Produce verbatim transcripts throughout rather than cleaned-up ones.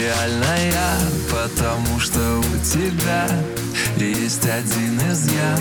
идеальная, потому что у тебя есть один изъян.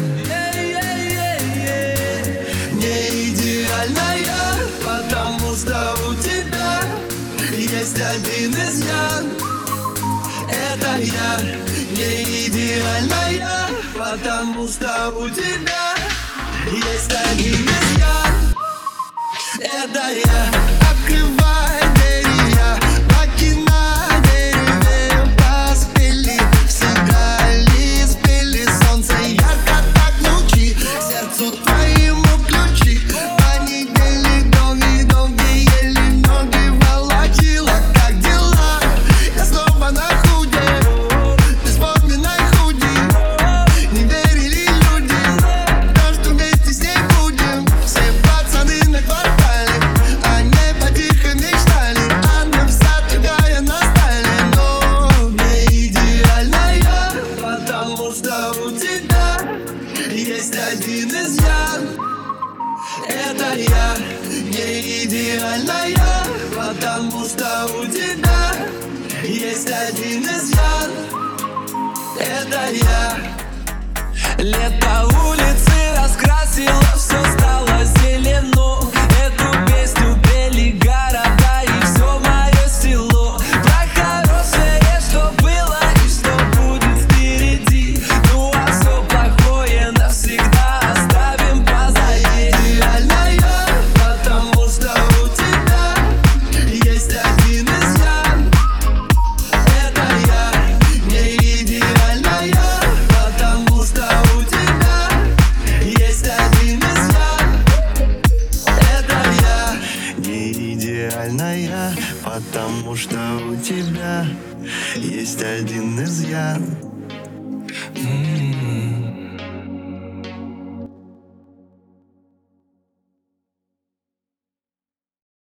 Не идеальная, потому что у тебя есть один изъян. Это я. Не идеальная, потому что у тебя есть один изъян. Это я. Открывай двери, я баки на дереве поспели. Сыграли, спели, солнце ярко так лучи. К сердцу твоему ключи. Понедельник долгий-долгий, еле ноги волочила. Как дела? Я снова на худе, бесформенной худи. Не верили люди, то, что вместе с ней будем. Все пацаны на квартале, они потихо мечтали. Она вся другая на столе, но не идеальная, потому что у тебя есть один изъян. Это я. Не идеальная, потому что у тебя есть один изъян. Это я. Лето улицы раскрасило, все стало зелено. Эту песню пели города и все мое село. Про хорошее, что было и что будет впереди. Ну а все плохое навсегда оставим позади. Идеальная, потому что у тебя есть один изъян. Это я. Не идеальная, потому что у тебя есть один изъян. Это я. Не идеальная, потому что у тебя есть один изъян. М-м-м.